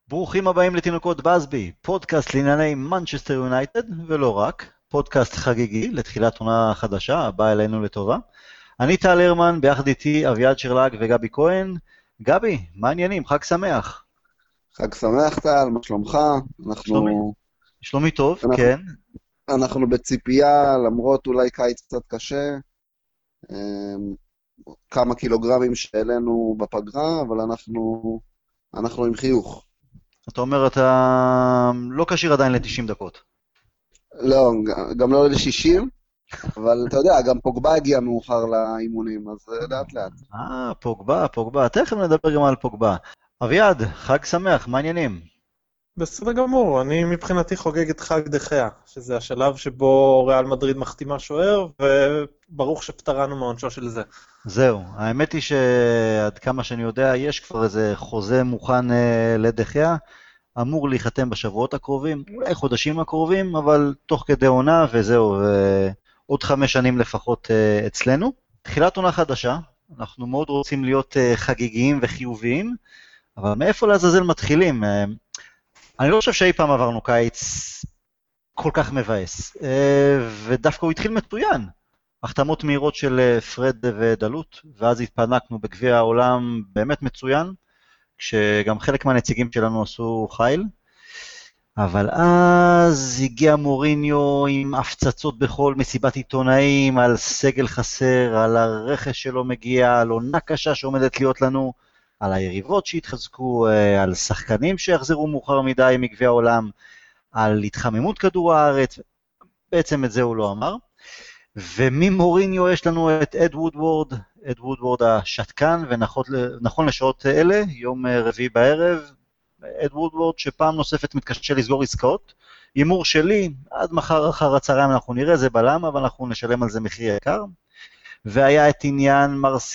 ברוכים הבאים לתינוקות בסבי, פודקאסט לענייני מנצ'סטר יונייטד, ולא רק, פודקאסט חגיגי לתחילת עונה חדשה, הבאה אלינו לטובה. אני טל הרמן, ביחד איתי אביעד שרלג וגבי כהן. גבי, מה העניינים? חג שמח. חג שמח טל, מה שלומך? שלומי, אנחנו, שלומי טוב, אנחנו, כן. אנחנו בציפייה, למרות אולי קיץ קצת קשה, אמ, כמה קילוגרמים שהעלינו בפגרה, אבל אנחנו עם חיוך. אתה אומר, אתה לא כשיר עדיין ל-90 דקות. לא, גם לא ל-60, אבל אתה יודע, גם פוגבה הגיע מאוחר לאימונים, אז לאט לאט. פוגבה, תכף נדבר גם על פוגבה. אביעד, חג שמח, מה העניינים? בסדר גמור, אני מבחינתי חוגג את חג דחיה, שזה השלב שבו ריאל מדריד מחתימה שוער, וברוך שפטרנו מעונשו של זה. זהו, האמת היא שעד כמה שאני יודע, יש כבר איזה חוזה מוכן לדחיה, אמור להיחתם בשבועות הקרובים, אולי חודשים הקרובים, אבל תוך כדי עונה, וזהו, עוד 5 שנים לפחות אצלנו. תחילת עונה חדשה, אנחנו מאוד רוצים להיות חגיגיים וחיוביים, אבל מאיפה לעזאזל מתחילים? אני לא חושב שאי פעם עברנו קיץ כל כך מבאס, ודווקא הוא התחיל מצוין. החתמות מהירות של פרד ודלות, ואז התפנקנו בגביע העולם באמת מצוין, כשגם חלק מהנציגים שלנו עשו חיל, אבל אז הגיע מוריניו עם הפצצות בכל מסיבת עיתונאים, על סגל חסר, על הרכש שלא מגיע, על עונה קשה שעומדת להיות לנו, על היריבות שהתחזקו, על שחקנים שיחזרו מאוחר מדי מגביע העולם, על התחממות כדור הארץ, בעצם את זה הוא לא אמר. וממוריניו יש לנו את אד וודוורד השתקן, ונכון לשעות אלה, יום רביעי בערב, אד וודוורד שפעם נוספת מתקשה לסגור עסקאות. הימור שלי, עד מחר אחר הצהריים אנחנו נראה, זה בלם, אבל אנחנו נשלם על זה מחיר יקר. והיה את עניין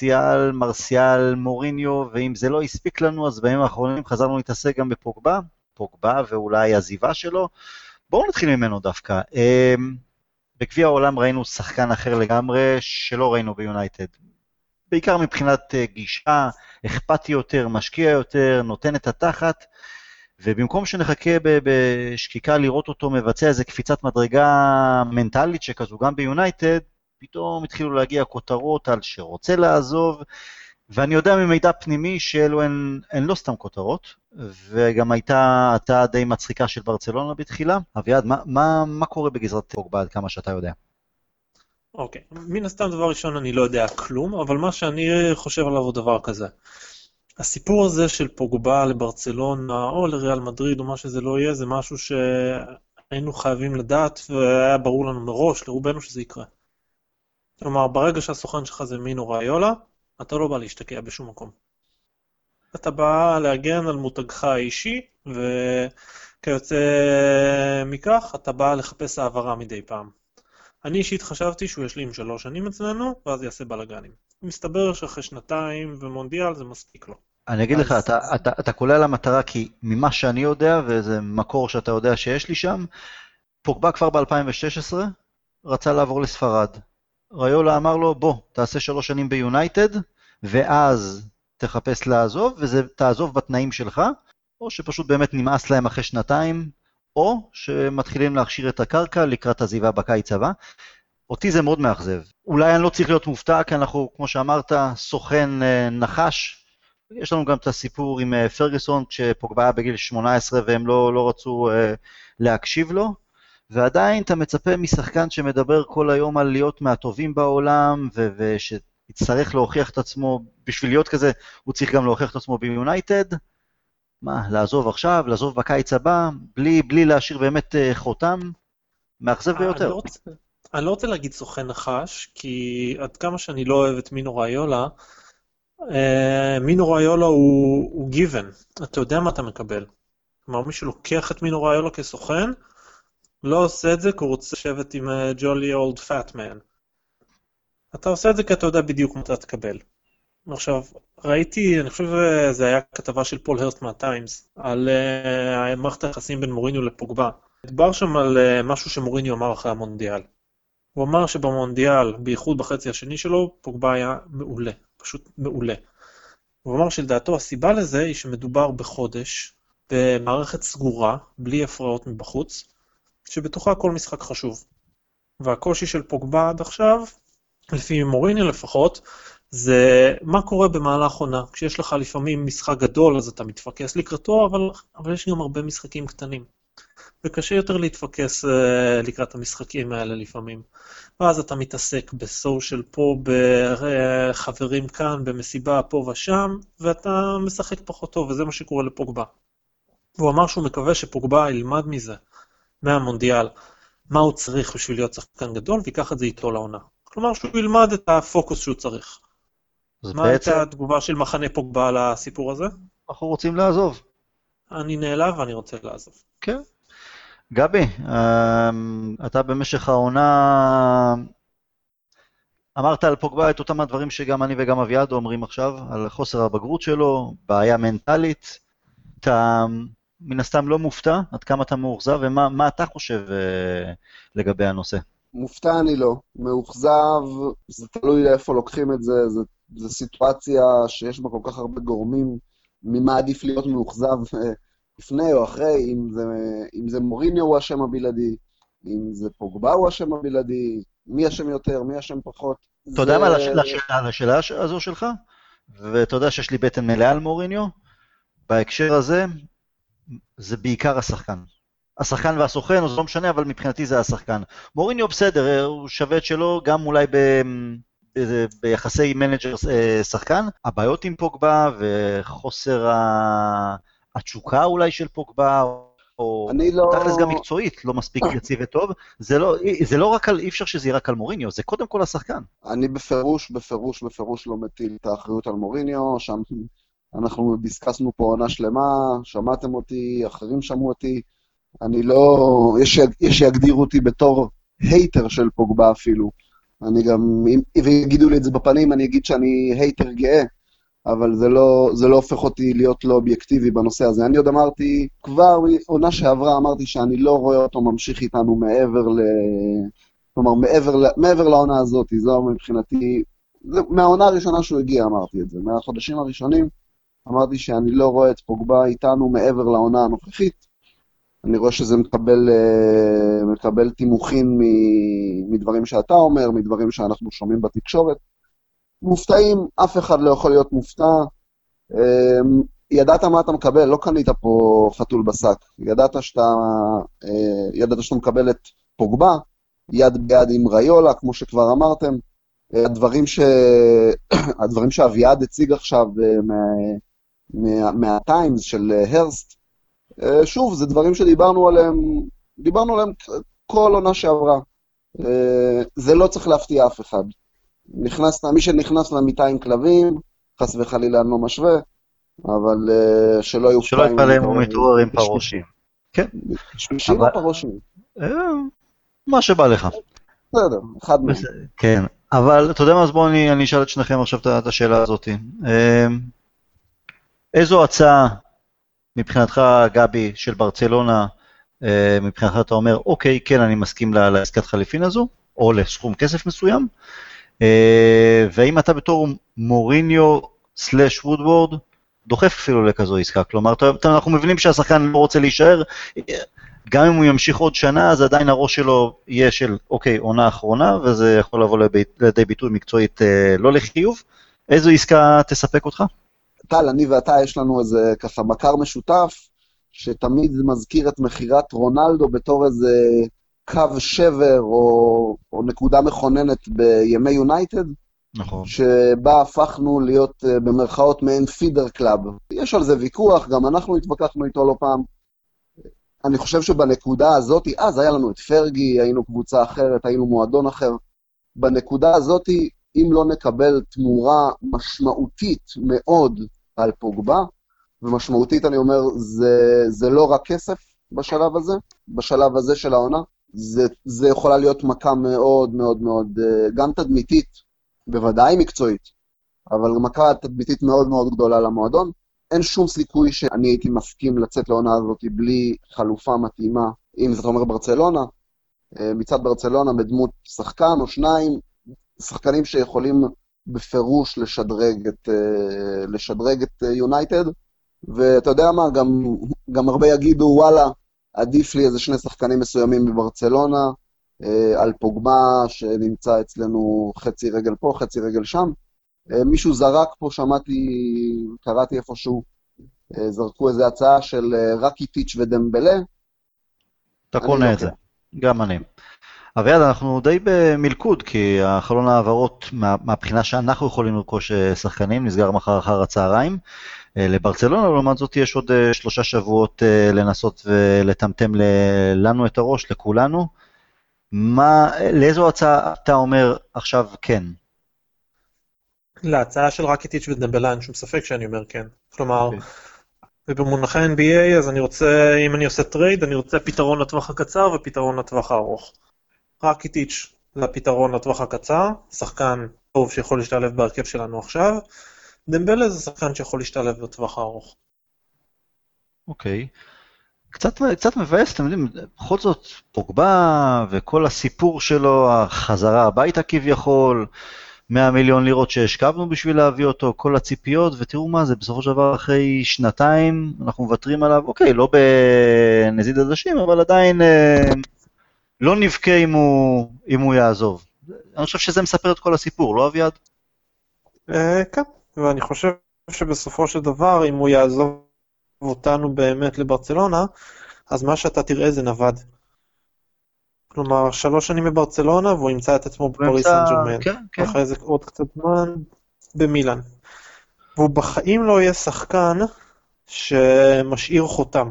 מרסיאל, מוריניו, ואם זה לא הספיק לנו, אז בימים האחרונים חזרנו להתעסק גם פוגבה ואולי עזיבה שלו. בואו נתחיל ממנו דווקא. בגביע העולם ראינו שחקן אחר לגמרי שלא ראינו ביונייטד. בעיקר מבחינת גישה, אכפתי יותר, משקיע יותר, נותן את התחת, ובמקום שנחכה בשקיקה לראות אותו מבצע איזה קפיצת מדרגה מנטלית שכזו גם ביונייטד, פתאום התחילו להגיע כותרות על שרוצה לעזוב, ואני יודע ממידע פנימי שאלו הן לא סתם כותרות, וגם הייתה הצעה די מצחיקה של ברצלונה בתחילה. אביעד, מה קורה בגזרת פוגבה עד כמה שאתה יודע? אוקיי, מן הסתם דבר ראשון אני לא יודע כלום, אבל מה שאני חושב עליו הוא דבר כזה. הסיפור הזה של פוגבה לברצלונה, או לריאל מדריד, או מה שזה לא יהיה, זה משהו שהיינו חייבים לדעת, והיה ברור לנו מראש, לרובנו שזה יקרה. כלומר, ברגע שהסוכן שלך זה מינו ראיולה, אתה לא בא להשתקע בשום מקום. אתה בא להגן על מותגך האישי, וכיוצא מכך, אתה בא לחפש העברה מדי פעם. אני אישית חשבתי שהוא ישלים 3 שנים אצלנו, ואז יעשה בלגנים. מסתבר שאחרי 2 ומונדיאל זה מספיק לו. אני אגיד לך, אתה קולע למטרה, כי ממה שאני יודע, וזה מקור שאתה יודע שיש לי שם, פוגבה כבר ב-2016 רצה לעבור לספרד. ראיולה אמר לו, בוא, תעשה 3 שנים ביונייטד, ואז תחפש לעזוב, תעזוב בתנאים שלך, או שפשוט באמת נמאס להם אחרי 2 או שמתחילים להכשיר את הקרקע לקראת עזיבה בקיץ הבא. אותי זה מאוד מאכזב. אולי אני לא צריך להיות מופתע, כי אנחנו, כמו שאמרת, סוכן נחש. יש לנו גם את הסיפור עם פרגוסון, כשפוגבה היה בגיל 18 והם לא רצו להקשיב לו, ועדיין אתה מצפה משחקן שמדבר כל היום על להיות מהטובים בעולם, ושיצטרך להוכיח את עצמו, בשביל להיות כזה, הוא צריך גם להוכיח את עצמו ביונייטד. מה, לעזוב עכשיו, לעזוב בקיץ הבא, בלי להשאיר באמת חותם, מאכזב ביותר. אני לא רוצה להגיד סוכן נחש, כי עד כמה שאני לא אוהב את מינו ראיולה, מינו ראיולה הוא given, אתה יודע מה אתה מקבל. כלומר, מי שלוקח את מינו ראיולה כסוכן, לא עושה את זה כי הוא רוצה לשבת עם ג'ולי אולד פאט מן. אתה עושה את זה כי אתה יודע בדיוק מה אתה תקבל. עכשיו, ראיתי, אני חושב שזה היה כתבה של פול הרסט מהטיימס, על מערכת היחסים בין מוריניו לפוגבה. דובר שם על משהו שמוריניו אמר אחרי המונדיאל. הוא אמר שבמונדיאל, בייחוד בחצי השני שלו, פוגבה היה מעולה, פשוט מעולה. הוא אמר שלדעתו הסיבה לזה היא שמדובר בחודש, במערכת סגורה, בלי הפרעות מבחוץ, שבתוכה כל משחק חשוב. והקושי של פוגבה עד עכשיו, לפי מוריניו לפחות, זה מה קורה במהלך עונה. כשיש לך לפעמים משחק גדול, אז אתה מתפקס לקראתו, אבל יש גם הרבה משחקים קטנים. וקשה יותר להתפקס לקראת המשחקים האלה לפעמים. ואז אתה מתעסק בסושיאל פה, בחברים כאן, במסיבה פה ושם, ואתה משחק פחות טוב, וזה מה שקורה לפוגבה. הוא אמר שהוא מקווה שפוגבה ילמד מזה, מהמונדיאל, מה הוא צריך בשביל להיות שחקן גדול, ויקח את זה איתו לעונה. כלומר שהוא ילמד את הפוקוס שהוא צריך. מה הייתה התגובה של מחנה פוגבה על הסיפור הזה? אנחנו רוצים לעזוב. אני נעלב ואני רוצה לעזוב. כן. גבי, אתה במשך העונה אמרת על פוגבה את אותם הדברים שגם אני וגם אביעד אומרים עכשיו, על חוסר הבגרות שלו, בעיה מנטלית. אתה מן הסתם לא מופתע, עד כמה אתה מאוכזב, ומה אתה חושב לגבי הנושא? מופתע אני לא. מאוכזב, זה תלוי לאיפה לוקחים את זה, זה סיטואציה שיש בה כל כך הרבה גורמים, ממה עדיף להיות מאוכזב לפני או אחרי, אם זה מוריניו הוא השם הבלעדי, אם זה פוגבה הוא השם הבלעדי, מי השם יותר, מי השם פחות. אתה יודע מה על השאלה הזו שלך? ואתה יודע שיש לי בטן מלאה על מוריניו? בהקשר הזה, זה בעיקר השחקן. השחקן והסוכן, זה לא משנה, אבל מבחינתי זה השחקן. מוריניו בסדר, הוא שווה את שלו, גם אולי ביחסי מנג'ר שחקן. הבעיות עם פוגבה וחוסר התשוקה אולי של פוגבה, או תכלס גם מקצועית, לא מספיק יציב וטוב, זה לא רק על, אי אפשר שזה יהיה רק על מוריניו, זה קודם כל השחקן. אני בפירוש לא מטיל את האחריות על מוריניו, שם אנחנו דיסקסנו פה עונה שלמה, שמעתם אותי, אחרים שמעו אותי, אני לא, יש שיגדירו אותי בתור הייטר של פוגבה אפילו, אני גם, ויגידו לי את זה בפנים, אני אגיד שאני הייטר גאה, אבל זה לא הופך אותי להיות לא אובייקטיבי בנושא הזה. אני עוד אמרתי, כבר עונה שעברה אמרתי שאני לא רואה אותו ממשיך איתנו מעבר לעונה הזאת, זו מבחינתי, מהעונה הראשונה שהוא הגיע אמרתי את זה, מהחודשים הראשונים אמרתי שאני לא רואה את פוגבה איתנו מעבר לעונה הנוכחית, אני רואה שזה מקבל תימוכין מדברים שאתה אומר, מדברים שאנחנו שומעים בתקשורת, מופתעים, אף אחד לא יכול להיות מופתע, ידעת מה אתה מקבל, לא קנית פה חתול בשק, ידעת שאתה מקבל את פוגבה, יד ביד עם ריולה, כמו שכבר אמרתם, הדברים שאביעד הציג עכשיו מהטיימס של הרסט, שוב, זה דברים שדיברנו עליהם כל עונה שעברה, זה לא צריך להפתיע אף אחד. מי שנכנס למיטה עם כלבים, חס וחלילה אני לא משווה, אבל שלא יתפלא אם הוא מתעורר עם פרושים. כן. ששים או פרושים? מה שבא לך. בסדר, אחד מהם. כן, אבל אתה יודע מה, אז בואו אני אשאל את שניכם עכשיו את השאלה הזאת. איזו הצעה מבחינתך, גבי, של ברצלונה, מבחינתך אתה אומר, אוקיי, כן, אני מסכים לעסקת חליפין הזו, או לסכום כסף מסוים, והאם אתה בתור מוריניו סלש וודוורד, דוחף אפילו לכזו עסקה, כלומר, אנחנו מבינים שהשחקן לא רוצה להישאר, גם אם הוא ימשיך עוד שנה, אז עדיין הראש שלו יהיה של, אוקיי, עונה אחרונה, וזה יכול לבוא לידי ביטוי מקצועית לא לחיוב. איזו עסקה תספק אותך? טל, אני ואתה יש לנו איזה ככה מכר משותף, שתמיד מזכיר את מחירת רונלדו בתור איזה קו שבר או נקודה מכוננת בימי יונייטד, נכון. שבה הפכנו להיות במרכאות מעין פידר קלאב. יש על זה ויכוח, גם אנחנו התווכחנו איתו לא פעם. אני חושב שבנקודה הזאת, אז היה לנו את פרגי, היינו קבוצה אחרת, היינו מועדון אחר. בנקודה הזאת, אם לא נקבל תמורה משמעותית מאוד על פוגבה, ומשמעותית אני אומר, זה לא רק כסף בשלב הזה של העונה, זה יכולה להיות מכה מאוד מאוד מאוד, גם תדמיתית, בוודאי מקצועית, אבל מכה תדמיתית מאוד מאוד גדולה למועדון. אין שום סיכוי שאני הייתי מסכים לצאת לעונה הזאת בלי חלופה מתאימה, אם זאת אומר ברצלונה, מצד ברצלונה בדמות שחקן או שניים, שחקנים שיכולים בפירוש לשדרג את יונייטד, ואתה יודע מה, גם הרבה יגידו, וואלה, עדיף לי איזה שני שחקנים מסוימים בברצלונה, על פוגבה שנמצא אצלנו חצי רגל פה, חצי רגל שם. מישהו זרק פה, שמעתי, קראתי איפשהו, זרקו איזו הצעה של רקיטיץ' ודמבלה. אתה קונה את זה, גם אני. אביעד, אנחנו די במלכוד, כי החלון העברות, מהבחינה שאנחנו יכולים לרכוש שחקנים, נסגר מחר אחר הצהריים. לברצלונה, לעומת זאת, יש עוד 3 שבועות לנסות ולטמטם לנו את הראש, לכולנו. לאיזו הצעה אתה אומר עכשיו כן? להצעה של רקיטיץ' ודמבלה אין שום ספק שאני אומר כן. כלומר, ובמונחי NBA, אז אני רוצה, אם אני עושה טרייד, אני רוצה פתרון לטווח הקצר ופתרון לטווח הארוך. רקיטיץ' זה הפתרון לטווח הקצר, שחקן טוב שיכול להשתלב בהרכב שלנו עכשיו, דמבלה זה שחקן שיכול להשתלב בטווח הארוך. אוקיי. קצת מבאס, אתם יודעים, בכל זאת פוגבה וכל הסיפור שלו, החזרה הביתה כביכול, 100 מיליון לירות שהשכבנו בשביל להביא אותו, כל הציפיות, ותראו מה זה, בסופו של דבר אחרי 2 אנחנו מוותרים עליו, אוקיי, לא בנזיד עדשים, אבל עדיין לא נבכה אם הוא יעזוב. אני חושב שזה מספר את כל הסיפור, לא אביעד? כן, ואני חושב שבסופו של דבר, אם הוא יעזוב אותנו באמת לברצלונה, אז מה שאתה תראה זה נבד. כלומר, 3 שנים בברצלונה, והוא ימצא את עצמו בפריס סן ז'רמן. כן. אחרי זה עוד קצת זמן במילאן. והוא בחיים לא יהיה שחקן שמשאיר חותם.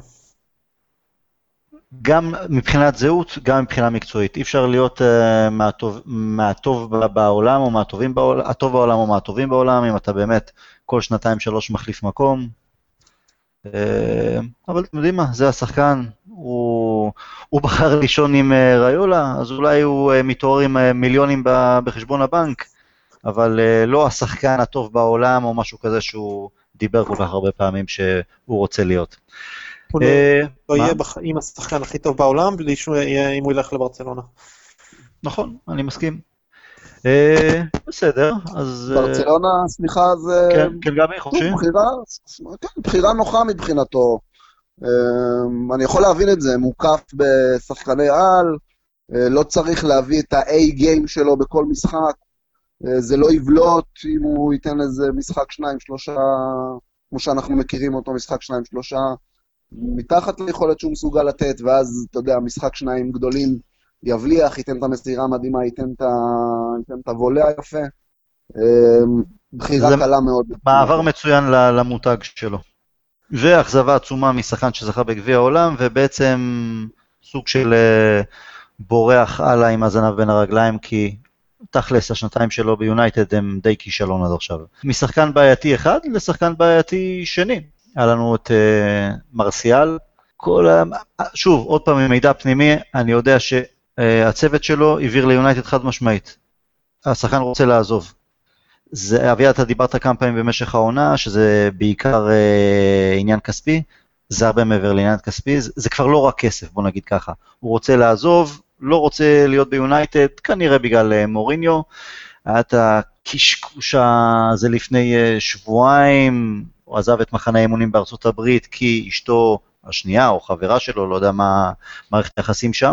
גם מבחינת זהות, גם מבחינה מקצועית. אי אפשר להיות מהטוב בעולם, או מהטובים בעולם, הטוב בעולם או מהטובים בעולם, אם אתה באמת כל 2-3 מחליף מקום. אבל אתם יודעים מה, זה השחקן, הוא בחר לישון עם ריולה, אז אולי הוא מתעורר עם מיליונים בחשבון הבנק, אבל לא השחקן הטוב בעולם, או משהו כזה שהוא דיבר כל כך הרבה פעמים שהוא רוצה להיות. הוא לא יהיה בחיים השחקן הכי טוב בעולם, בלי שהוא יהיה אם הוא ילך לברצלונה. נכון, אני מסכים. בסדר, אז... ברצלונה, סליחה, זה... כן, גבי, חופשי. בחירה נוחה מבחינתו. אני יכול להבין את זה, מוקף בשחקני על, לא צריך להביא את ה-A-game שלו בכל משחק, זה לא יבלוט אם הוא ייתן איזה משחק 2-3, כמו שאנחנו מכירים אותו, משחק 2-3, מתחת ליכולת שהוא מסוגל לתת, ואז, אתה יודע, משחק 2 גדולים יבליח, ייתן את המסירה המדהימה, ייתן את הוולה היפה. בחירה קלה מאוד. מעבר מצוין למותג שלו. ואכזבה עצומה משחקן שזכה בגביע העולם, ובעצם סוג של בורח הלאה עם הזנב בין הרגליים, כי תכלס, 2 שלו ביונייטד הם די כישלון עד עכשיו. משחקן בעייתי אחד לשחקן בעייתי שני. היה לנו את מרסיאל. שוב, עוד פעם ממידע פנימי, אני יודע שהצוות שלו העביר ליונייטד חד משמעית. השחקן רוצה לעזוב. אביעד, אתה דיברת כמה פעמים במשך העונה, שזה בעיקר עניין כספי, זה הרבה מעבר לעניין כספי, זה כבר לא רק כסף, בוא נגיד ככה. הוא רוצה לעזוב, לא רוצה להיות ביונייטד, כנראה בגלל מוריניו, היה את הקשקוש הזה לפני שבועיים, הוא עזב את מחנה האימונים בארצות הברית, כי אשתו השנייה, או חברה שלו, לא יודע מה מערכת היחסים שם,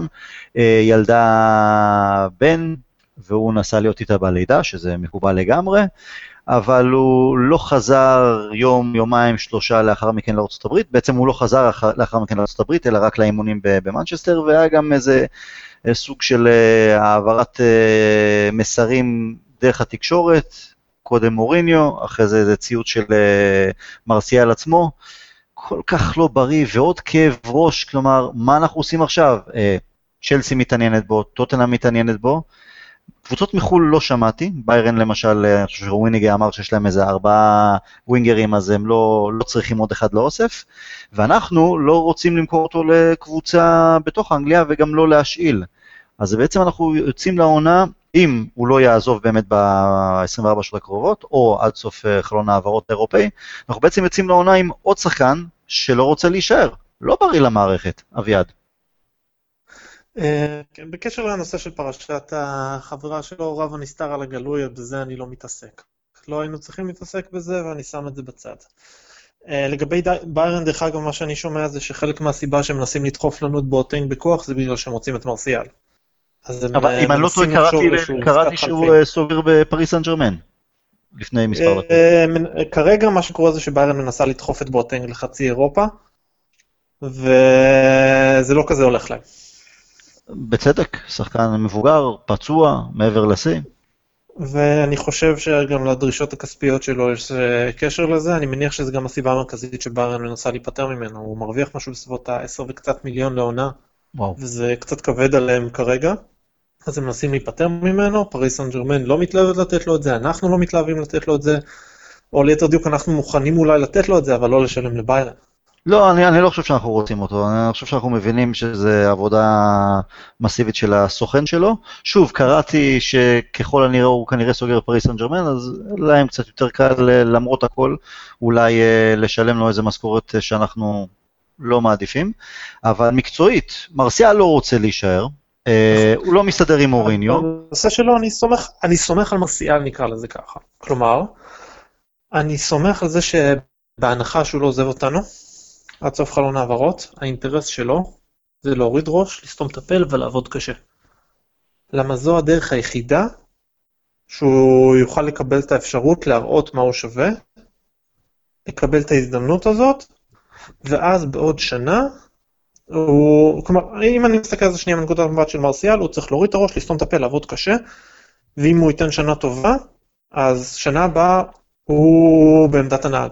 ילדה בן, והוא נסע להיות איתה בלידה, שזה מקובל לגמרי, אבל הוא לא חזר יום, יומיים, 3 לאחר מכן לארצות הברית, בעצם הוא לא חזר לאחר מכן לארצות הברית, אלא רק לאימונים במנצ'סטר, והיה גם איזה סוג של העברת מסרים דרך התקשורת, קודם מוריניו, אחרי זה ציוץ של מרסיאל עצמו, כל כך לא בריא, ועוד כאב ראש, כלומר, מה אנחנו עושים עכשיו? צ'לסי מתעניינת בו, טוטנהאם מתעניינת בו, קבוצות מחול לא שמעתי, ביירן למשל, אני חושב שוויניגה אמר שיש להם איזה 4 ווינגרים, אז הם לא צריכים עוד אחד לאוסף, ואנחנו לא רוצים למכור אותו לקבוצה בתוך אנגליה, וגם לא להשאיל. אז בעצם אנחנו יוצאים לעונה, אם הוא לא יעזוב באמת ב-24 שעות הקרובות, או עד סוף חלון העברות האירופאי, אנחנו בעצם יוצאים לעונה עם עוד שחקן שלא רוצה להישאר. לא בריא למערכת, אביעד. בקשר לנושא של פרשת החברה שלו, רב הנסתר על הגלוי, בזה אני לא מתעסק. לא היינו צריכים להתעסק בזה, ואני שם את זה בצד. לגבי ביירן, דרך אגב, מה שאני שומע זה שחלק מהסיבה שהם מנסים לדחוף לנו את בואטנג בכוח, זה בגלל שהם רוצים את מרסיאל. אבל אם אני לא טועה, קראתי שהוא סוגר בפריס סן ז'רמן, לפני מספר דקות. כרגע מה שקורה זה שביירן מנסה לדחוף את בואטנג לחצי אירופה, וזה לא כזה הולך להם. בצדק, שחקן מבוגר, פצוע, מעבר לשיא. ואני חושב שגם לדרישות הכספיות שלו יש קשר לזה, אני מניח שזה גם הסיבה המרכזית שביירן מנסה להיפטר ממנו, הוא מרוויח משהו בסביבות ה-10 וקצת מיליון לעונה, וזה קצת כבד עליהם כרגע, אז הם מנסים להיפטר ממנו, פריס סן ז'רמן לא מתלהבת לתת לו את זה, אנחנו לא מתלהבים לתת לו את זה, או ליתר דיוק אנחנו מוכנים אולי לתת לו את זה, אבל לא לשלם לביירן. לא, אני לא חושב שאנחנו רוצים אותו, אני חושב שאנחנו מבינים שזה עבודה מסיבית של הסוכן שלו. שוב, קראתי שככל הנראה הוא כנראה סוגר פריס סן ז'רמן, אז להם קצת יותר קל למרות הכל, אולי לשלם לו איזה משכורת שאנחנו לא מעדיפים, אבל מקצועית, מרסיאל לא רוצה להישאר, הוא לא מסתדר עם מוריניו. בנושא שלו אני סומך על מרסיאל, נקרא לזה ככה. כלומר, אני סומך על זה שבהנחה שהוא לא עוזב אותנו, עד סוף חלון העברות, האינטרס שלו זה להוריד ראש, לסתום את הפל ולעבוד קשה. למה זו הדרך היחידה שהוא יוכל לקבל את האפשרות להראות מה הוא שווה, לקבל את ההזדמנות הזאת, ואז בעוד שנה, כלומר, אם אני מסתכל על זה שנייה מנקודת המבט של מרסיאל, הוא צריך להוריד את הראש, לסתום את הפל, לעבוד קשה, ואם הוא ייתן שנה טובה, אז שנה הבאה הוא בעמדת הנהג.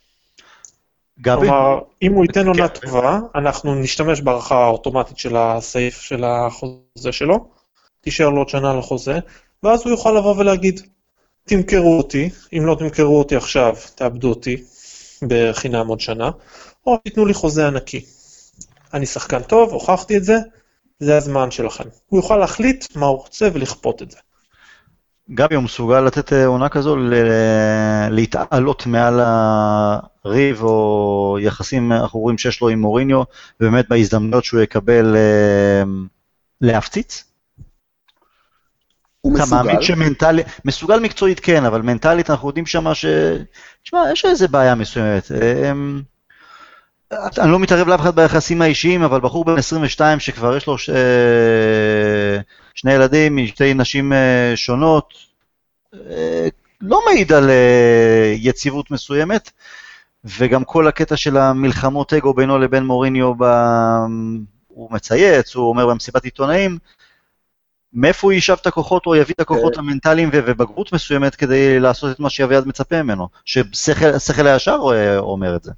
גבי? כלומר, אם הוא ייתן עונה טובה, אנחנו נשתמש בהערכה האוטומטית של הסעיף של החוזה שלו, תישאר לו עוד שנה על החוזה, ואז הוא יוכל לבוא ולהגיד, תמכרו אותי, אם לא תמכרו אותי עכשיו, תאבדו אותי בחינם עוד שנה, או תיתנו לי חוזה ענקי. אני שחקן טוב, הוכחתי את זה, זה הזמן שלכם. הוא יוכל להחליט מה הוא רוצה ולכפות את זה. גבי, הוא מסוגל לתת עונה כזו להתעלות מעל הריב או יחסים אנחנו רואים שיש לו עם מוריניו, ובאמת בהזדמנות שהוא יקבל להפציץ? הוא מסוגל? מסוגל מקצועית כן, אבל מנטלית אנחנו יודעים שמה תשמע, יש איזה בעיה מסוימת. אני לא מתערב לאף אחד ביחסים האישיים, אבל בחור בן 22 שכבר יש לו שני ילדים משתי נשים שונות, לא מעיד על יציבות מסוימת, וגם כל הקטע של המלחמות אגו בינו לבין מוריניו, הוא מצייץ, הוא אומר במסיבת עיתונאים, מאיפה הוא יישב את הכוחות או יביא את הכוחות המנטליים ובגרות מסוימת כדי לעשות את מה שאביעד מצפה ממנו, ששכל הישר אומר את זה.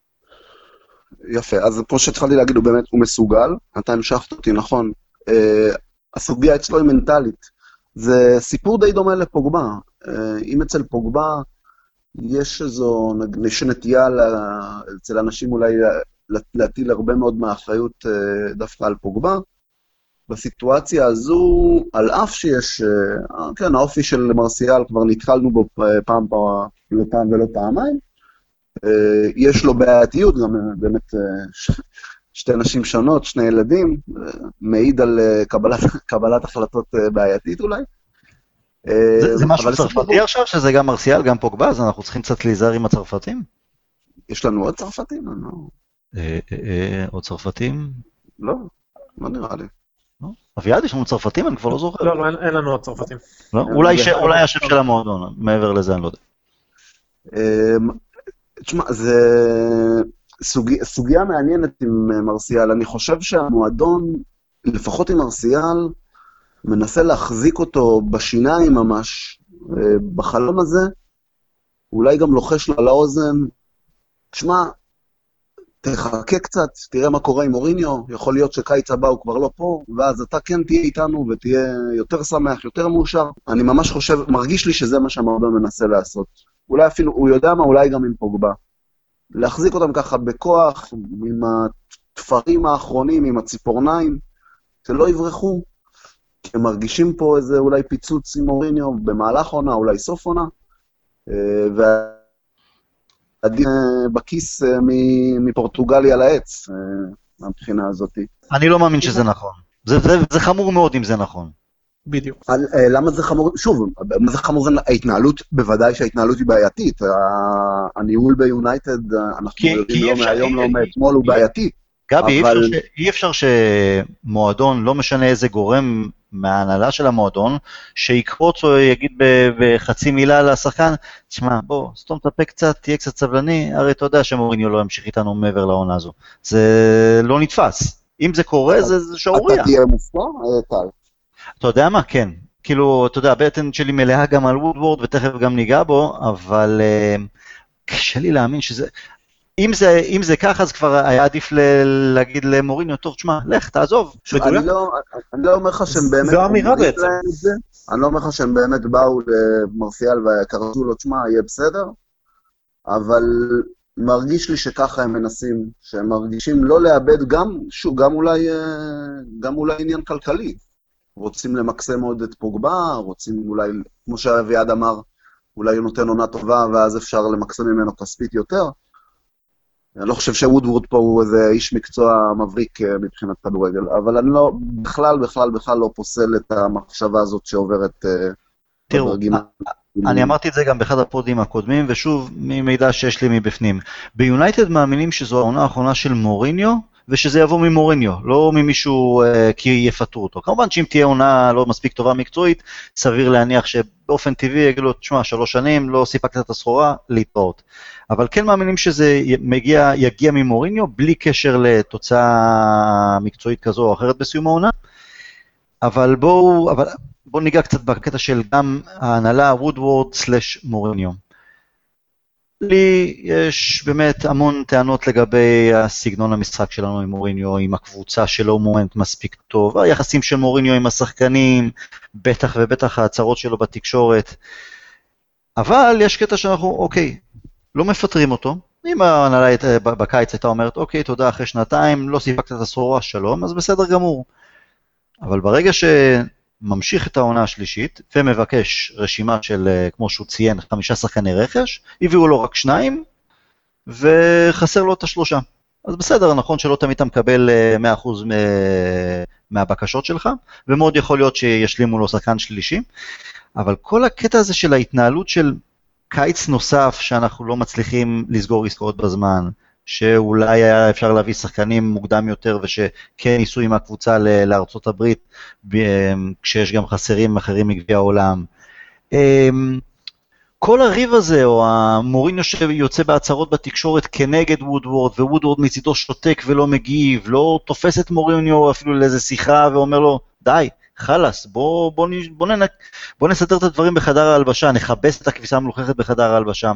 יפה, אז כמו שהתחלתי להגיד, הוא מסוגל, אתה המשכת אותי, נכון. הסוגיה אצלו היא מנטלית. זה סיפור די דומה לפוגבה. אם אצל פוגבה יש איזו נטייה אצל אנשים אולי להטיל הרבה מאוד מהאחריות דווקא על פוגבה, בסיטואציה הזו, על אף שיש, כן, האופי של מרסיאל כבר נתחלנו בו פעם ולא פעמיים, יש לו בעייתיות, גם באמת שתי נשים שונות, שני ילדים, מעיד על קבלת החלטות בעייתית אולי. זה משהו צרפתי עכשיו, שזה גם מרסיאל, גם פוגבה, אז אנחנו צריכים קצת להיזהר עם הצרפתים? יש לנו עוד צרפתים? עוד צרפתים? לא, לא נראה לי. אביעד, יש לנו צרפתים? אני כבר לא זוכר. לא, אין לנו עוד צרפתים. אולי השם של המועדון, מעבר לזה אני לא יודע. תשמע, זה סוגיה מעניינת עם מרסיאל. אני חושב שהמועדון, לפחות עם מרסיאל, מנסה להחזיק אותו בשיניים ממש, בחלום הזה, אולי גם לוחש לו על האוזן, תשמע, תחכה קצת, תראה מה קורה עם מוריניו, יכול להיות שקיץ הבא הוא כבר לא פה, ואז אתה כן תהיה איתנו ותהיה יותר שמח, יותר מאושר. אני ממש חושב, מרגיש לי שזה מה שהמועדון מנסה לעשות. אולי אפילו, הוא יודע מה, אולי גם עם פוגבה. להחזיק אותם ככה בכוח, עם התפרים האחרונים, עם הציפורניים, שלא יברחו, כי הם מרגישים פה איזה אולי פיצוץ עם מוריניו, במהלך עונה, אולי סוף עונה, והדין בכיס מפורטוגליה לעץ, מהבחינה הזאת. אני לא מאמין שזה נכון. זה חמור מאוד אם זה נכון. בדיוק. למה זה חמור? שוב, מה זה חמור? ההתנהלות, בוודאי שההתנהלות היא בעייתית. הניהול ביונייטד, אנחנו יודעים לא מהיום, לא מאתמול, הוא בעייתי. גבי, אי אפשר שמועדון, לא משנה איזה גורם מההנהלה של המועדון, שיקפוץ או יגיד בחצי מילה לשחקן, תשמע, בוא, סתום את הפה קצת, תהיה קצת סבלני, הרי אתה יודע שמוריניו לא ימשיך איתנו מעבר לעונה הזו. זה לא נתפס. אם זה קורה, זה שעוריה. אתה תהיה מופתע, טל? אתה יודע מה? כן. כאילו, אתה יודע, הבטן שלי מלאה גם על וודוורד, ותכף גם ניגע בו, אבל קשה לי להאמין שזה... אם זה ככה, אז כבר היה עדיף להגיד למוריניו, טוב, תשמע, לך, תעזוב. אני לא אומר לך שהם באמת... זו אמירה בעצם. אני לא אומר לך שהם באמת באו למרסיאל וקראו לו, תשמע, יהיה בסדר, אבל מרגיש לי שככה הם מנסים, שהם מרגישים לא לאבד גם אולי עניין כלכלי. רוצים למקסם עוד את פוגבה, רוצים אולי, כמו שאביעד אמר, אולי הוא נותן עונה טובה, ואז אפשר למקסם ממנו כספית יותר. אני לא חושב שוודוורד פה הוא איזה איש מקצוע מבריק מבחינת כדורגל, אבל אני לא, בכלל לא פוסל את המחשבה הזאת שעוברת בדרגים. אני אמרתי את זה גם באחד הפודים הקודמים, ושוב, ממידע שיש לי מבפנים. ביונייטד מאמינים שזו העונה האחרונה של מוריניו, ושזה יבוא ממוריניו, לא ממישהו כי יפטרו אותו. כמובן שאם תהיה עונה לא מספיק טובה מקצועית, סביר להניח שבאופן טבעי יגיד לו, תשמע, 3 שנים, לא סיפקת את הסחורה, להתראות. אבל כן מאמינים שזה יגיע ממוריניו, בלי קשר לתוצאה מקצועית כזו או אחרת בסיום העונה. אבל בואו ניגע קצת בקטע של גם ההנהלה, וודוורד / מוריניו. לי יש באמת המון טענות לגבי הסגנון המשחק שלנו עם מוריניו, עם הקבוצה שלו מומנט מספיק טוב, היחסים של מוריניו עם השחקנים, בטח ובטח ההצהרות שלו בתקשורת, אבל יש קטע שאנחנו, אוקיי, לא מפטרים אותו, אם ההנהלה בקיץ הייתה אומרת, אוקיי, תודה, אחרי 2 לא סיפקת את הסחורה, שלום, אז בסדר גמור. אבל ברגע ממשיך את העונה השלישית, ומבקש רשימה של, כמו שהוא ציין, 5 שחקני רכש, הביאו לו רק 2, וחסר לו את 3. אז בסדר, נכון שלא תמיד אתה מקבל 100% מהבקשות שלך, ומאוד יכול להיות שישלימו לו שחקן שלישי, אבל כל הקטע הזה של ההתנהלות של קיץ נוסף, שאנחנו לא מצליחים לסגור עסקאות בזמן, שאולי היה אפשר להביא שחקנים מוקדם יותר, ושכן ניסו עם הקבוצה לארצות הברית, כשיש גם חסרים אחרים מגביע העולם. כל הריב הזה, או המוריניו שיוצא בהצהרות בתקשורת כנגד וודוורד, ווודוורד מצידו שותק ולא מגיב, לא תופס את מוריניו אפילו לאיזה שיחה, ואומר לו, די, חלס, בוא נסדר את הדברים בחדר ההלבשה, נכבס את הכביסה המלוכלכת בחדר ההלבשה.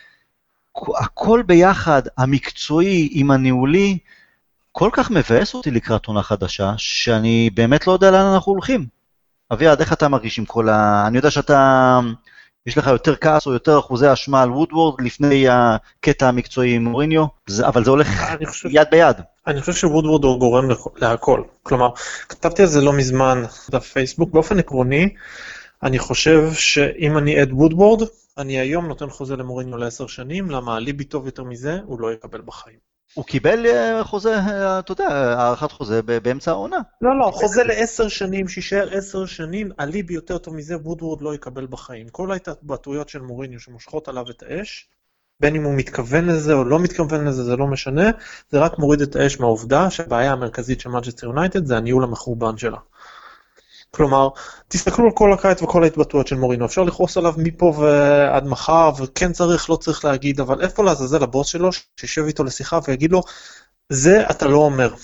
הכל ביחד, המקצועי עם הניהולי, כל כך מבאס אותי לקראת עונה חדשה, שאני באמת לא יודע לאן אנחנו הולכים. אביעד, איך אתה מרגיש עם כל אני יודע שאתה, יש לך יותר כעס או יותר אחוזי אשמה על וודוורד לפני הקטע המקצועי עם מוריניו, אבל זה הולך יד ביד. אני חושב שוודוורד הוא גורם להכל. כלומר, כתבתי על זה לא מזמן בפייסבוק, באופן עקרוני, אני חושב שאם אני עד וודוורד, אני היום נותן חוזה למוריניו ל10 שנים, למה ליבי טוב יותר מזה, הוא לא יקבל בחיים. הוא קיבל חוזה, אתה יודע, הערכת חוזה באמצע העונה. לא, חוזה ל10 שנים, שישאר 10 שנים, הליבי יותר טוב מזה, וודוורד לא יקבל בחיים. כל ההתבטאויות של מוריניו שמושכות עליו את האש, בין אם הוא מתכוון לזה או לא מתכוון לזה, זה לא משנה, זה רק מוריד את האש מהעובדה, שהבעיה המרכזית של מנצ'סטר יונייטד זה הניהול המחורבן שלה. כלומר, תסתכלו על כל הקיץ וכל ההתבטאויות של מוריניו, אפשר לכעוס עליו מפה ועד מחר, וכן צריך, לא צריך להגיד, אבל איפה לעזאזל לבוס שלו, שישב איתו לשיחה ויגיד לו, זה אתה לא אומר.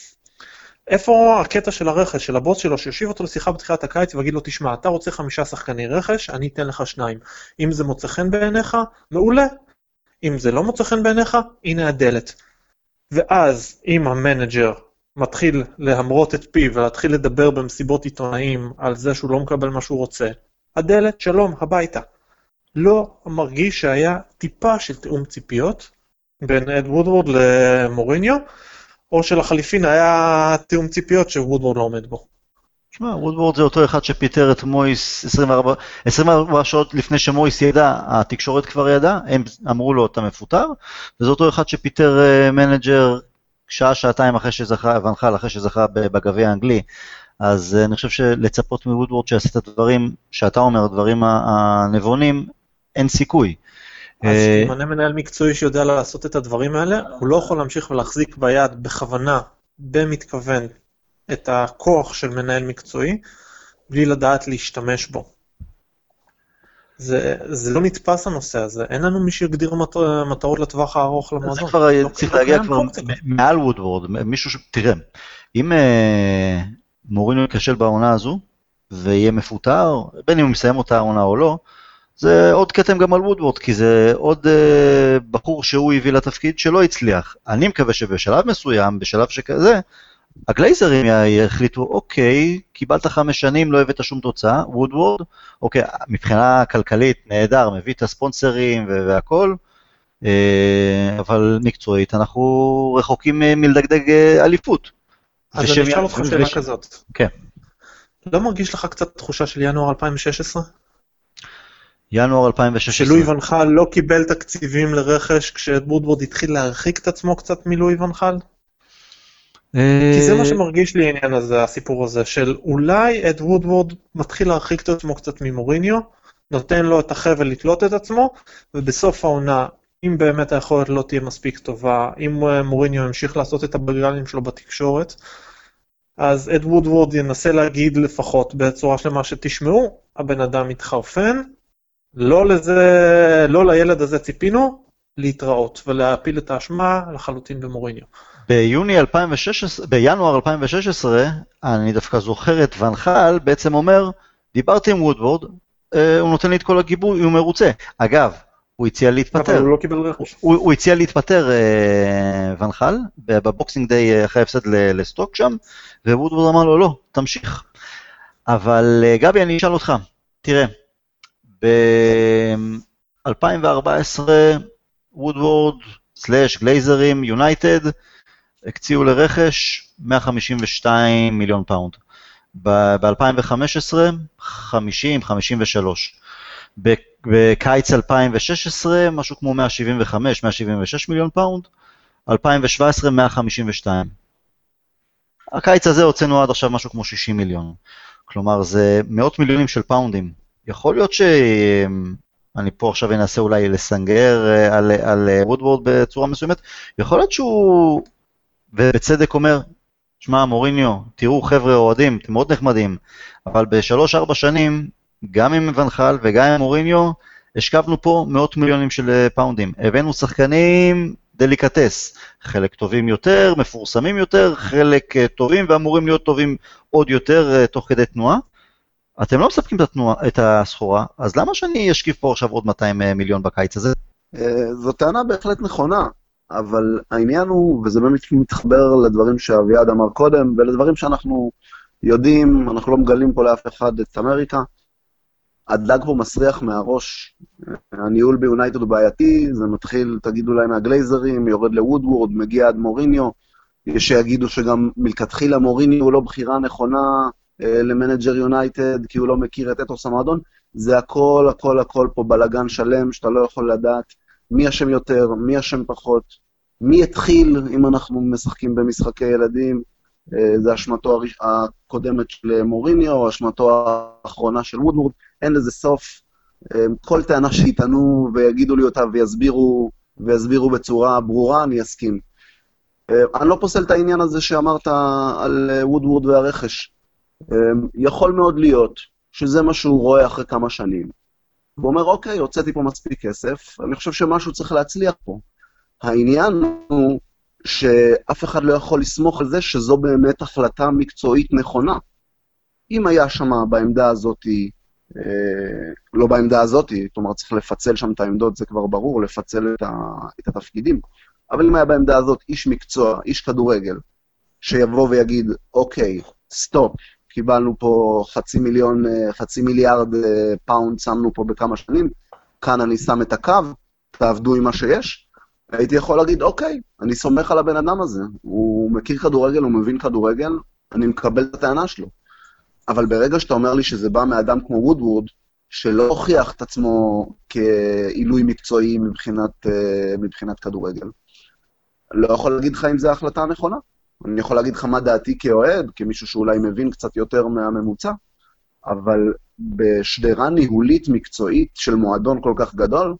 איפה הקטע של הרכש, של הבוס שלו, שיושיב אותו לשיחה בתחילת הקיץ ויגיד לו, תשמע, אתה רוצה 5 שחקני רכש, אני אתן לך 2. אם זה מוצא חן בעיניך, מעולה. אם זה לא מוצא חן בעיניך, הנה הדלת. ואז, אם המנג'ר מתחיל להמרות את פיו ולהתחיל לדבר במסיבות עיתונאים על זה שהוא לא מקבל מה שהוא רוצה, הדלת, שלום, הביתה. לא מרגיש שהיה טיפה של תאום ציפיות בין אד וודוורד למוריניו, או שלחליפין היה תאום ציפיות שוודוורד לא עומד בו. תשמע, וודוורד זה אותו אחד שפיטר את מויס 24 שעות לפני שמויס ידע, התקשורת כבר ידע, הם אמרו לו אתה מפוטר, וזה אותו אחד שפיטר מנג'ר שעה, שעתיים אחרי שזכה, ונחל אחרי שזכה בגביע האנגלי, אז אני חושב שלצפות מוודוורד שיעשה את הדברים, שאתה אומר, הדברים הנבונים, אין סיכוי. אז שימנה מנהל מקצועי שיודע לעשות את הדברים האלה, הוא לא יכול להמשיך ולהחזיק ביד בכוונה, במתכוון, את הכוח של מנהל מקצועי, בלי לדעת להשתמש בו. זה לא נתפס הנושא הזה, אין לנו מי שיגדיר מטרות לטווח הארוך למועדון. זה כבר צריך להגיע כבר מעל וודוורד, מישהו תראה, אם מוריניו ייכשל בעונה הזו, ויהיה מפוטר, בין אם הוא מסיים אותה העונה או לא, זה עוד כתם גם על וודוורד, כי זה עוד בחור שהוא הביא לתפקיד שלא הצליח. אני מקווה שבשלב מסוים, בשלב שכזה, הגלייזרים יחליטו, אוקיי, קיבלת 5 שנים, לא הבאת שום תוצאה, וודוורד, אוקיי, מבחינה כלכלית נהדר, מביא את הספונסרים והכל, אבל מקצועית אנחנו רחוקים מלדגדג אליפות. אז אני אשאל אותך שאלה כזאת. כן. לא מרגיש לך קצת תחושה של ינואר 2016? ינואר 2016. שלואי ונחל לא קיבל תקציבים לרכש, כשוודוורד התחיל להרחיק את עצמו קצת מלואי ונחל? כי זה מה שמרגיש לי העניין הזה, הסיפור הזה, של אולי את וודוורד מתחיל להרחיק את עצמו קצת ממוריניו, נותן לו את החבל לתלות את עצמו, ובסוף העונה, אם באמת היכולת לא תהיה מספיק טובה, אם מוריניו ימשיך לעשות את הבגללים שלו בתקשורת, אז את וודוורד ינסה להגיד לפחות בצורה שלמה שתשמעו, הבן אדם מתחרפן, לא לילד הזה ציפינו, להתראות ולהפיל את האשמה לחלוטין במוריניו. בינואר 2016, אני דווקא זוכר את ונחל, בעצם אומר, דיברתי עם וודוורד, הוא נותן לי את כל הגיבוי, הוא מרוצה. אגב, הוא הציע להתפטר. אבל הוא לא קיבל רכש. הוא הציע להתפטר ונחל, בבוקסינג דיי אחרי הפסד לסטוק שם, ווודוורד אמר לו, לא, תמשיך. אבל גבי, אני אשאל אותך, תראה, ב-2014, וודוורד / גלייזרים יונייטד, הקציעו לרכש 152 מיליון פאונד. ב-2015, 50, 53. בקיץ 2016, משהו כמו 175, 176 מיליון פאונד. 2017, 152. הקיץ הזה הוצאנו עד עכשיו משהו כמו 60 מיליון. כלומר, זה מאות מיליונים של פאונדים. יכול להיות שאני פה עכשיו אנסה אולי לסנגר על וודוורד בצורה מסוימת. יכול להיות שהוא... ובצדק אומר, שמע מוריניו, תראו חבר'ה אוהדים, אתם מאוד נחמדים, אבל ב3-4 שנים, גם עם ונחל וגם עם מוריניו, השכבנו פה מאות מיליונים של פאונדים. הבאנו שחקנים דליקטס, חלק טובים יותר, מפורסמים יותר, חלק טובים ואמורים להיות טובים עוד יותר תוך כדי תנועה. אתם לא מספקים את הסחורה, אז למה שאני אשכיב פה עכשיו עוד 200 מיליון בקיץ הזה? זו טענה בהחלט נכונה. אבל העניין הוא, וזה באמת מתחבר לדברים שאביעד אמר קודם, ולדברים שאנחנו יודעים, אנחנו לא מגלים פה לאף אחד את אמריקה, הדג פה מסריח מהראש, הניהול ביונייטד הוא בעייתי, זה מתחיל, תגידו להם מהגלייזרים, יורד לוודוורד, מגיע עד מוריניו, יש שיגידו שגם מלכתחילה מוריניו הוא לא בחירה נכונה למנג'ר יונייטד, כי הוא לא מכיר את אתוס המועדון, זה הכל, הכל, הכל פה בלגן שלם, שאתה לא יכול לדעת, מי אשם יותר, מי אשם פחות, מי התחיל אם אנחנו משחקים במשחקי ילדים, זה אשמתו הקודמת של מוריניו, או אשמתו האחרונה של וודוורד, אין לזה סוף, כל טענה שיתנו ויגידו לי אותה ויסבירו בצורה ברורה, אני אסכים. אני לא פוסל את העניין הזה שאמרת על וודוורד והרכש, יכול מאוד להיות שזה מה שהוא רואה אחרי כמה שנים, הוא אומר, אוקיי, הוצאתי פה מספיק כסף, אני חושב שמשהו צריך להצליח פה. העניין הוא שאף אחד לא יכול לסמוך על זה שזו באמת החלטה מקצועית נכונה. אם היה שם בעמדה הזאת, לא בעמדה הזאת, זאת אומרת, צריך לפצל שם את העמדות, זה כבר ברור, לפצל את התפקידים. אבל אם היה בעמדה הזאת איש מקצוע, איש כדורגל, שיבוא ויגיד, אוקיי, סטופ, קיבלנו פה 500 מיליארד פאונד, שמנו פה בכמה שנים, כאן אני שם את הקו, תעבדו עם מה שיש, הייתי יכול להגיד, אוקיי, אני סומך על הבן אדם הזה, הוא מכיר כדורגל, הוא מבין כדורגל, אני מקבל את הטענה שלו. אבל ברגע שאתה אומר לי שזה בא מאדם כמו וודוורד, שלא הוכיח את עצמו כעילוי מקצועי מבחינת כדורגל, לא יכול להגיד לך אם זו ההחלטה הנכונה. אני יכול להגיד לך מה דעתי כאוהד, כמישהו שאולי מבין קצת יותר מהממוצע, אבל בשדרה ניהולית מקצועית של מועדון כל כך גדול,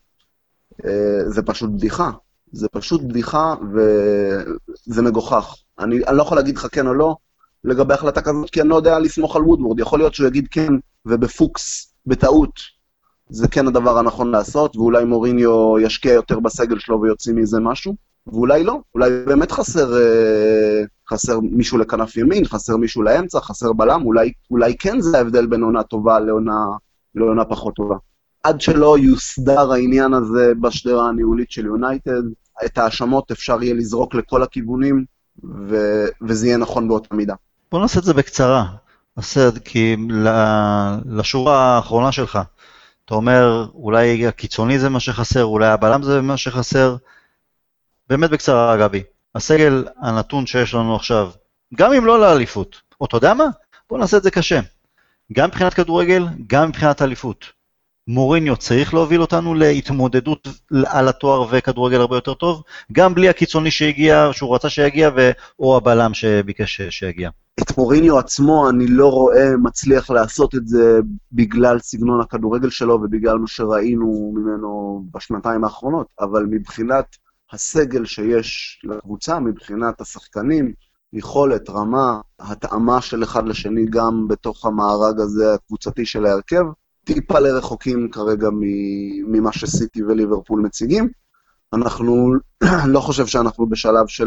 זה פשוט בדיחה. זה פשוט בדיחה וזה מגוחך. אני לא יכול להגיד לך כן או לא לגבי החלטה כזאת, כי אני לא יודע לסמוך על וודוורד. יכול להיות שהוא יגיד כן ובפוקס, בטעות, זה כן הדבר הנכון לעשות, ואולי מוריניו ישקיע יותר בסגל שלו ויוציא מזה משהו, ואולי לא. אולי באמת חסר מישהו לכנף ימין, חסר מישהו לאמצע, חסר בלם, אולי כן זה ההבדל בין עונה טובה לעונה פחות טובה. עד שלא יוסדר העניין הזה בשדרה הניהולית של יונייטד, את האשמות אפשר יהיה לזרוק לכל הכיוונים, וזה יהיה נכון באותה מידה. בוא נעשה את זה בקצרה, כי לשורה האחרונה שלך, אתה אומר, אולי הקיצוני זה מה שחסר, אולי הבלם זה מה שחסר, באמת בקצרה, גבי. הסגל הנתון שיש לנו עכשיו, גם אם לא לאליפות, או אתה יודע מה? בוא נעשה את זה קשה. גם מבחינת כדורגל, גם מבחינת אליפות. מוריניו צריך להוביל אותנו להתמודדות על התואר וכדורגל הרבה יותר טוב, גם בלי הקיצוני שהגיע, שהוא רצה שיגיע, או הבלם שביקש שיגיע. את מוריניו עצמו אני לא רואה מצליח לעשות את זה בגלל סגנון הכדורגל שלו, ובגלל מה שראינו ממנו בשנתיים האחרונות, אבל מבחינת הסגל שיש לקבוצה, מבחינת השחקנים, יכולת, רמה, התאמה של אחד לשני גם בתוך המארג הזה הקבוצתי של ההרכב, טיפה לרחוקים כרגע ממה שסיטי וליברפול מציגים. אנחנו לא חושב שאנחנו בשלב של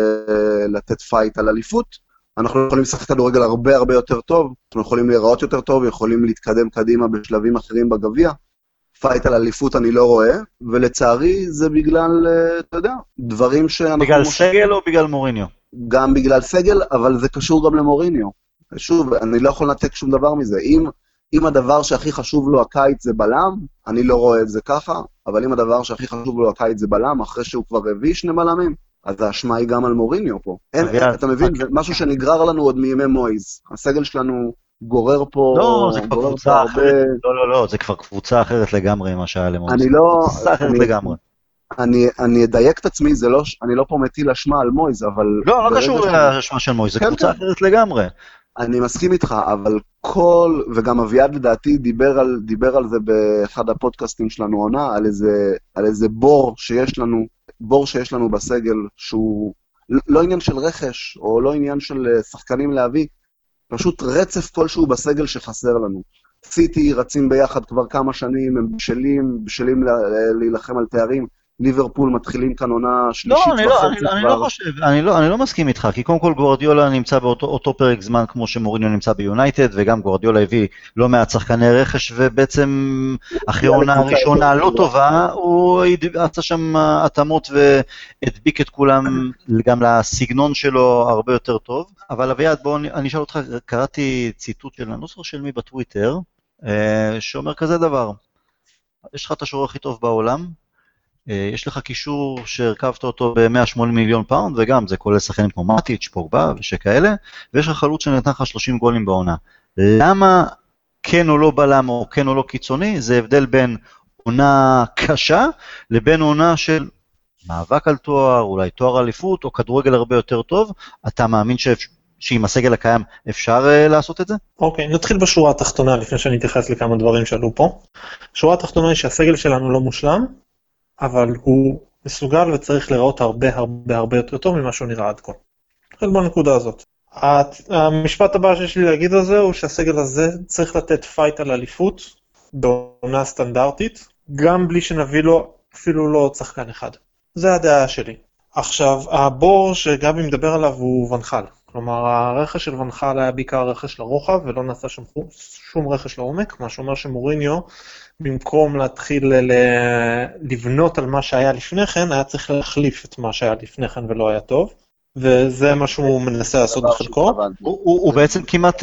לתת פייט על אליפות, אנחנו יכולים לשחק כדורגל הרבה הרבה יותר טוב, אנחנו יכולים להיראות יותר טוב, יכולים להתקדם קדימה בשלבים אחרים בגביע. פייט על אליפות אני לא רואה, ולצערי זה בגלל, אתה יודע, דברים שאנחנו... בגלל סגל או בגלל מוריניו? גם בגלל סגל, אבל זה קשור גם למוריניו. שוב, אני לא יכול לנתק שום דבר מזה. אם הדבר שהכי חשוב לו הקיץ זה בלם, אני לא רואה את זה ככה, אבל אם הדבר שהכי חשוב לו הקיץ זה בלם, אחרי שהוא כבר הביא 2 בלמים, אז האשמה היא גם על מוריניו פה. אתה מבין, משהו שנגרר לנו עוד מימי מויז. הסגל שלנו גורר פה... לא, זה כבר קבוצה אחרת. לא, זה כבר קבוצה אחרת לגמרי מה שהיה למויז. אני לא... קבוצה אחרת לגמרי. אני אדייק את עצמי, אני לא פה מטיל אשמה על מויז, אבל... לא קשור לאשמה של מויז, זה קבוצה אחרת לגמרי. אני מסכים איתך, אבל וגם אביעד לדעתי דיבר על זה באחד הפודקאסטים שלנו עונה, על איזה בור שיש לנו בסגל, שהוא לא עניין של רכש, או לא עניין של שחקנים להביא, פשוט רצף כלשהו בסגל שחסר לנו. סיטי רצים ביחד כבר כמה שנים, הם בשלים להילחם על תארים, ליברפול מתחילים כאן עונה שלישית וחצי כבר. אני לא מסכים איתך, כי קודם כל גוארדיולה נמצא באותו פרק זמן כמו שמוריניו נמצא ביונייטד, וגם גוארדיולה הביא לא מעט שחקני רכש, ובעצם אחרי עונה הראשונה לא טובה, הוא עשה שם התאמות והדביק את כולם גם לסגנון שלו הרבה יותר טוב. אבל אביעד, בוא אני אשאל אותך, קראתי ציטוט של הנוסח של מי בטוויטר, שאומר כזה דבר, יש לך את השוער הכי טוב בעולם, יש לך קישור שהרכבת אותו ב-180 מיליון פאונד, וגם זה כולל שחקנים כמו מאטיץ', פוגבה ושכאלה, ויש לך חלוץ שנתן לך 30 גולים בעונה. למה כן או לא בלם או כן או לא קיצוני? זה הבדל בין עונה קשה לבין עונה של מאבק על תואר, אולי תואר אליפות או כדורגל הרבה יותר טוב. אתה מאמין שעם הסגל הקיים אפשר לעשות את זה? אוקיי, נתחיל בשורה התחתונה לפני שאני אתייחס לכמה דברים שעלו פה. השורה התחתונה היא שהסגל שלנו לא מושלם, אבל הוא מסוגל וצריך לראות הרבה יותר טוב ממה שהוא נראה עד כה. אז בנקודה הזאת. המשפט הבא שיש לי להגיד על זה הוא שהסגל הזה צריך לתת פייט על אליפות בעונה סטנדרטית, גם בלי שנביא לו אפילו לא שחקן אחד. זה הדעה שלי. עכשיו, הבור שגבי מדבר עליו הוא ונחל. כלומר, הרכש של ונחל היה בעיקר רכש לרוחב ולא נעשה שום רכש לעומק, מה שאומר שמוריניו במקום להתחיל לבנות על מה שהיה לפני כן, היה צריך להחליף את מה שהיה לפני כן ולא היה טוב, וזה מה שהוא מנסה לעשות בחלקו. הוא בעצם כמעט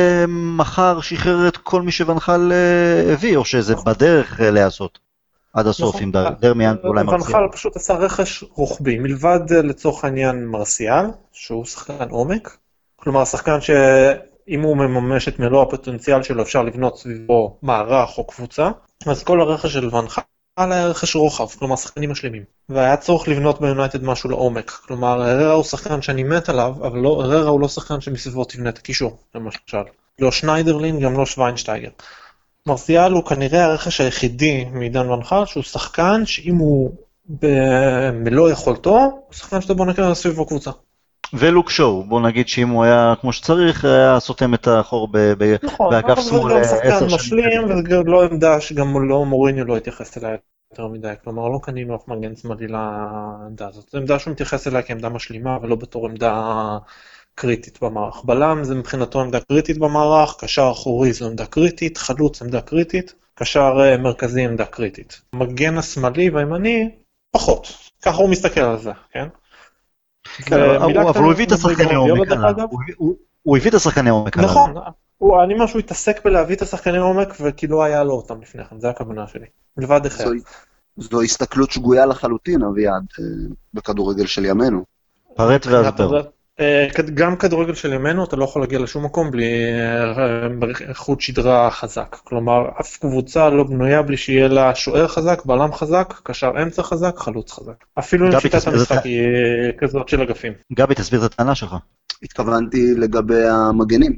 מחר שחרר את כל מי שונחל הביא, או שזה בדרך לעשות עד הסוף, עם דרמיאן ואולי מרסיאל. ונחל פשוט עשה רכש רוחבי, מלבד לצורך העניין מרסיאל, שהוא שחקן עומק, כלומר שחקן ש... אם הוא מממש את מלוא הפוטנציאל שלו, אפשר לבנות סביבו מערך או קבוצה. אז כל הרכש של ונחל לרכש רוחב, כלומר שחקנים משלימים. והיה צורך לבנות ביונייטד משהו לעומק. כלומר, הררה הוא שחקן שאני מת עליו, אבל הררה הוא לא שחקן שמסביבו תבנה את הקישור, למשל. לא שניידרלין, גם לא שוויינשטייגר. מרסיאל הוא כנראה הרכש היחידי מעידן ונחל, שהוא שחקן שאם הוא במלוא יכולתו, הוא שחקן שאתה בוא נקרא סביבו קבוצה. ולוק שואו, בוא נגיד שאם הוא היה כמו שצריך, היה סותם את החור באגף שמאל 10 שנים. נכון, אבל זה גם שחקן משלים, וזה לא עמדה שגם לא מוריניו לא התייחס אליה יותר מדי, כלומר לא קנינו אף מגן שמאלי לעמדה הזאת. זו עמדה שהוא מתייחס אליה כעמדה משלימה, ולא בתור עמדה קריטית במערך. בלם זה מבחינתו עמדה קריטית במערך, קשר אחורי זו עמדה קריטית, חלוץ עמדה קריטית, קשר מרכזי עמדה קריטית. מגן השמאלי והימני, פחות. ככה הוא מסתכל על זה, כן? אבל הוא הביא את השחקני עומק עליו. הוא הביא את השחקני עומק עליו. נכון, אני משהו התעסק בלהביא את השחקני עומק, וכאילו היה לו אותם לפני כן, זה הכוונה שלי. לבד אחר. זו הסתכלות שגויה לחלוטין, אביעד, בכדורגל של ימינו. פרט והסבר. גם כדורגל של ימינו, אתה לא יכול להגיע לשום מקום בלי חוט שדרה חזק. כלומר, אף קבוצה לא בנויה בלי שיהיה לה שוער חזק, בלם חזק, קשר אמצע חזק, חלוץ חזק. אפילו אם שיטת המשחק היא כזאת של אגפים. גבי, תסביר את הטענה שלך. התכוונתי לגבי המגנים.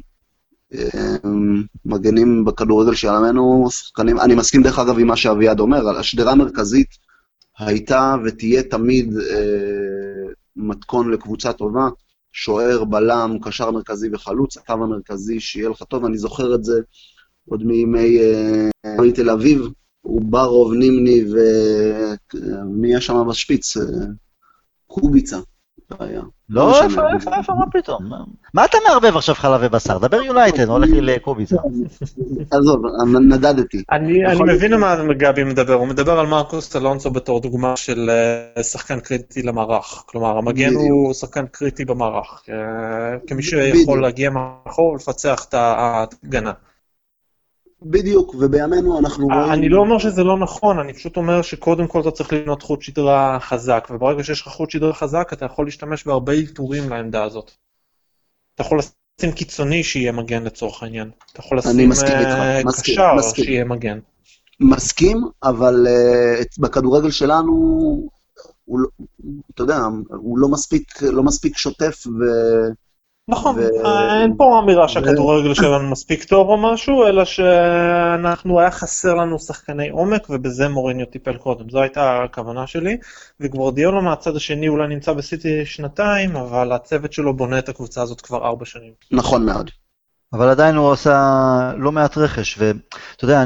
מגנים בכדורגל של ימינו, שחקנים, אני מסכים דרך אגב עם מה שאביעד אומר, השדרה המרכזית הייתה ותהיה תמיד מתכון לקבוצה טובה, שוער, בלם, קשר מרכזי וחלוץ, הקו המרכזי שיהיה לך טוב, אני זוכר את זה עוד מימי תל אביב, אוברוב, נימני ומי היה שם בשפיץ? קוביצה. לא, איפה, מה פתאום? מה אתה מערבב עכשיו חלב ובשר? דבר יונייטד, הולך לי לקוביצה. עזוב, נדדתי. אני מבין מה גבי מדבר, הוא מדבר על מרקוס אלונסו בתור דוגמה של שחקן קריטי למערך, כלומר המגן הוא שחקן קריטי במערך, כמי שיכול להגיע מאחור ולפצח את ההגנה. בדיוק, ובימינו אנחנו רואים... אני לא אומר שזה לא נכון, אני פשוט אומר שקודם כל אתה צריך לבנות חוט שדרה חזק, וברגע שיש לך חוט שדרה חזק, אתה יכול להשתמש בהרבה איתורים לעמדה הזאת. אתה יכול לשים קיצוני שיהיה מגן לצורך העניין. אתה יכול לשים קשר שיהיה מגן. מסכים, אבל בכדורגל שלנו, אתה יודע, הוא לא מספיק שוטף נכון, אין פה אמירה שהכדורגל שלנו מספיק טוב או משהו, אלא שאנחנו, היה חסר לנו שחקני עומק, ובזה מוריניו טיפל קודם. זו הייתה הכוונה שלי, וגוורדיולה מהצד השני אולי נמצא בסיטי שנתיים, אבל הצוות שלו בונה את הקבוצה הזאת כבר 4 שנים. נכון מאוד. אבל עדיין הוא עושה לא מעט רכש, ואתה יודע,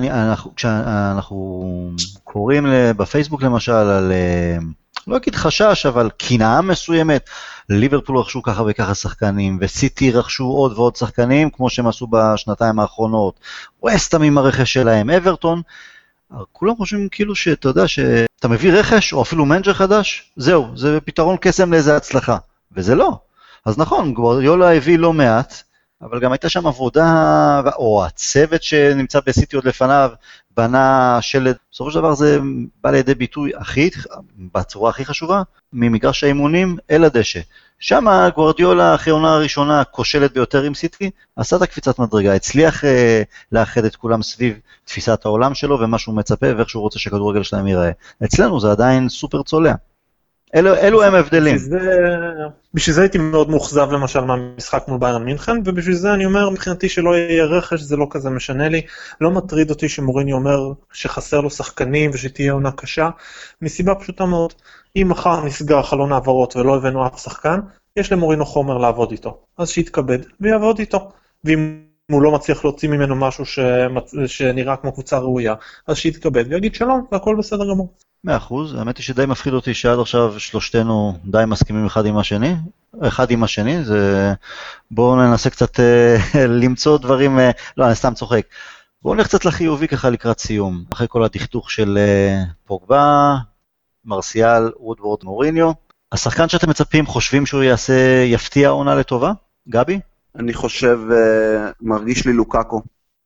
כשאנחנו קוראים בפייסבוק למשל על... לא אגיד חשש, אבל קנאה מסוימת, ליברפול רכשו ככה וככה שחקנים, וסיטי רכשו עוד ועוד שחקנים, כמו שהם עשו בשנתיים האחרונות, ווסטהאם עם הרכש שלהם, אברטון, כולם חושבים כאילו שאתה יודע, שאתה מביא רכש, או אפילו מנג'ר חדש, זהו, זה פתרון קסם לאיזה הצלחה, וזה לא. אז נכון, גוארדיולה הביא לא מעט, אבל גם הייתה שם עבודה, או הצוות שנמצא בסיטי עוד לפניו, בנה שלד, בסופו של דבר זה בא לידי ביטוי בצורה הכי חשובה, ממגרש האימונים אל הדשא. שם גוארדיולה אחרי העונה הראשונה כושלת ביותר עם סיטי, עשה את הקפיצת מדרגה, הצליח לאחד את כולם סביב תפיסת העולם שלו, ומה שהוא מצפה ואיך שהוא רוצה שכדורגל שלהם ייראה. אצלנו זה עדיין סופר צולע. אלו הם הבדלים. בשביל זה הייתי מאוד מאוכזב למשל מהמשחק מול ביירן מינכן, ובשביל זה אני אומר מבחינתי שלא יהיה רכש, זה לא כזה משנה לי, לא מטריד אותי שמוריני אומר שחסר לו שחקנים ושתהיה עונה קשה, מסיבה פשוטה מאוד, אם מחר נסגר חלון העברות ולא הבאנו אף שחקן, יש למורינו חומר לעבוד איתו, אז שיתכבד ויעבוד איתו, ואם הוא לא מצליח להוציא ממנו משהו שנראה כמו קבוצה ראויה, אז שיתכבד ויגיד שלום והכל בסדר גמור. 100%, האמת היא שדי מפחיד אותי שעד עכשיו שלושתנו די מסכימים אחד עם השני, זה... בואו ננסה קצת למצוא דברים, לא, אני סתם צוחק, בואו נלך קצת לחיובי ככה לקראת סיום, אחרי כל הדכדוך של פוגבה, מרסיאל, וודוורד, מוריניו, השחקן שאתם מצפים, חושבים שהוא יפתיע עונה לטובה? גבי? אני חושב, מרגיש לי לוקאקו,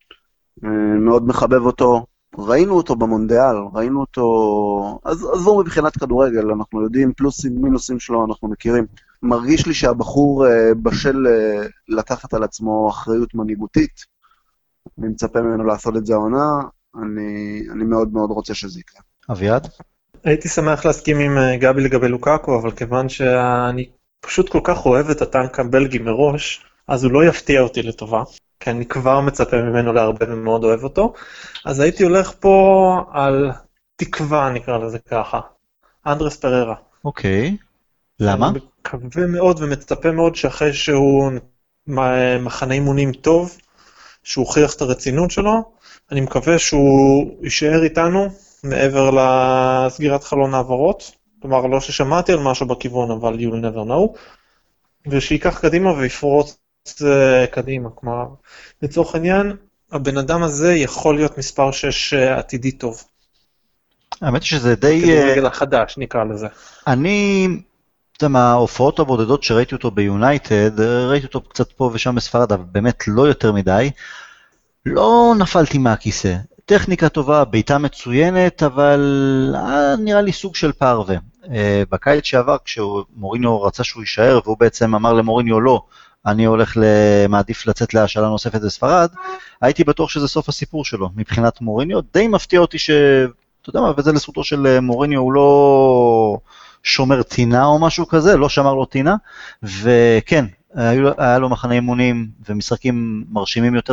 מאוד מחבב אותו, ראינו אותו במונדיאל, ראינו אותו, אז עזבו מבחינת כדורגל, אנחנו יודעים, פלוסים, מינוסים שלו, אנחנו מכירים. מרגיש לי שהבחור בשל לקחת על עצמו אחריות מנהיגותית, אני מצפה ממנו לעשות את זה העונה, אני מאוד מאוד רוצה שזה יקרה. אביעד? הייתי שמח להסכים עם גבי לגבי לוקאקו, אבל כיוון שאני פשוט כל כך אוהב את הטנק הבלגי מראש, אז הוא לא יפתיע אותי לטובה, כי אני כבר מצפה ממנו להרבה ומאוד אוהב אותו, אז הייתי הולך פה על תקווה, נקרא לזה ככה, אנדרס פררה. אוקיי. למה? אני מקווה מאוד ומצפה מאוד שאחרי שהוא מחנה אימונים טוב, שהוא הוכיח את הרצינות שלו, אני מקווה שהוא יישאר איתנו מעבר לסגירת חלון העברות, כלומר לא ששמעתי על משהו בכיוון, אבל you'll never know, ושיקח קדימה ויפרוץ קדימה, כלומר, לצורך העניין, הבן אדם הזה יכול להיות מספר 6 עתידי טוב. האמת היא שזה די... כדורגל החדש, נקרא לזה. אני, אתה יודע מה, ההופעות הבודדות שראיתי אותו ביונייטד, ראיתי אותו קצת פה ושם בספרד, אבל באמת לא יותר מדי, לא נפלתי מהכיסא. טכניקה טובה, בעיטה מצוינת, אבל נראה לי סוג של פרווה. בקיץ שעבר, כשמוריניו רצה שהוא יישאר, והוא בעצם אמר למוריניו לא, אני מעדיף לצאת להשאלה נוספת בספרד, הייתי בטוח שזה סוף הסיפור שלו. מבחינת מוריניו, די מפתיע אותי אתה יודע מה, וזה לזכותו של מוריניו, הוא לא שומר טינה או משהו כזה, לא שמר לו טינה, וכן, היה לו מחנה אימונים ומשחקים מרשימים יותר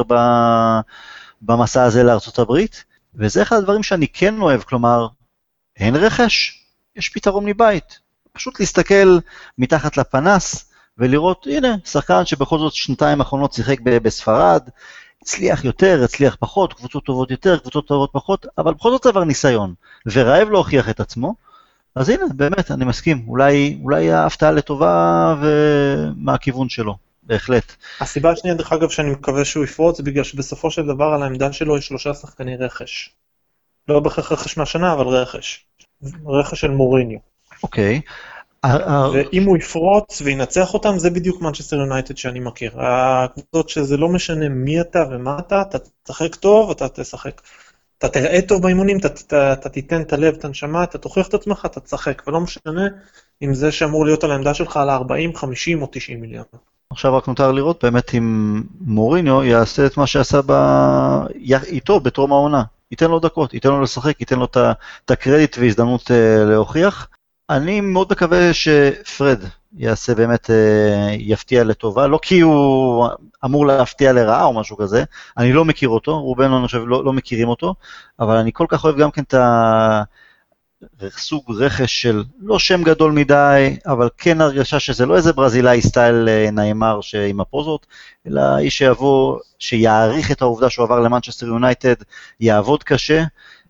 במסע הזה לארצות הברית, וזה אחד הדברים שאני כן אוהב, כלומר, אין רכש, יש פתרון מבית, פשוט להסתכל מתחת לפנס, ולראות, הנה, שחקן שבכל זאת שנתיים האחרונות שיחק בספרד, הצליח יותר, הצליח פחות, קבוצות טובות יותר, קבוצות טובות פחות, אבל בכל זאת עבר ניסיון, ורעב להוכיח את עצמו, אז הנה, באמת, אני מסכים, אולי ההפתעה לטובה ומהכיוון שלו, בהחלט. הסיבה השנייה, דרך אגב, שאני מקווה שהוא יפרוץ, זה בגלל שבסופו של דבר על העמדה שלו יש 3 שחקני רכש. לא בהכרח רכש מהשנה, אבל רכש. רכש של מוריניו. אוקיי. ואם הוא יפרוץ וינצח אותם, זה בדיוק מנצ'סטר יונייטד שאני מכיר. הקבוצות שזה לא משנה מי אתה ומה אתה תשחק טוב, אתה תשחק. אתה תראה טוב באימונים, אתה תיתן את הלב, את הנשמה, אתה תוכיח את עצמך, אתה תשחק, ולא משנה אם זה שאמור להיות על העמדה שלך על 40, 50 או 90 מיליון. עכשיו רק נותר לראות באמת אם מוריניו יעשה את מה שעשה איתו בתום העונה. ייתן לו דקות, ייתן לו לשחק, ייתן לו את הקרדיט והזדמנות להוכיח. אני מאוד מקווה שפרד יעשה באמת, יפתיע לטובה, לא כי הוא אמור להפתיע לרעה או משהו כזה, אני לא מכיר אותו, רובנו אני חושב לא מכירים אותו, אבל אני כל כך אוהב גם כן את סוג רכש של לא שם גדול מדי, אבל כן הרגשה שזה לא איזה ברזילאי סטייל ניימר עם הפוזות, אלא איש שיבוא, שיעריך את העובדה שהוא עבר למנצ'סטר יונייטד, יעבוד קשה,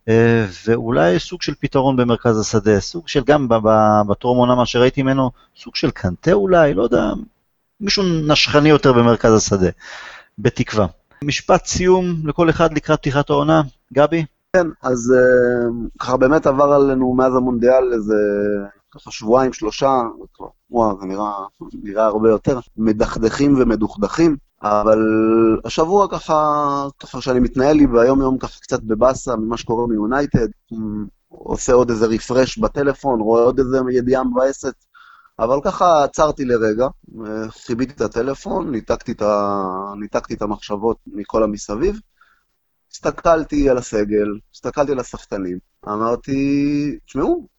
ואולי סוג של פתרון במרכז השדה, סוג של גם בטרום עונה מה שראיתי ממנו, סוג של קנטה אולי, לא יודע, מישהו נשכני יותר במרכז השדה, בתקווה. משפט סיום לכל אחד לקראת פתיחת העונה, גבי? כן, אז ככה באמת עבר עלינו מאז המונדיאל איזה ככה 2-3, וואו, זה נראה הרבה יותר, מדכדכים ומדוכדכים, אבל השבוע ככה שאני מתנהל לי ביום יום ככה קצת בבאסה ממה שקורה מיונייטד, עושה עוד איזה רפרש בטלפון, רואה עוד איזה ידיעה מבאסת, אבל ככה עצרתי לרגע, חיביתי את הטלפון, ניתקתי את המחשבות מכל המסביב, הסתכלתי על הסגל, הסתכלתי על השחקנים, אמרתי, תשמעו,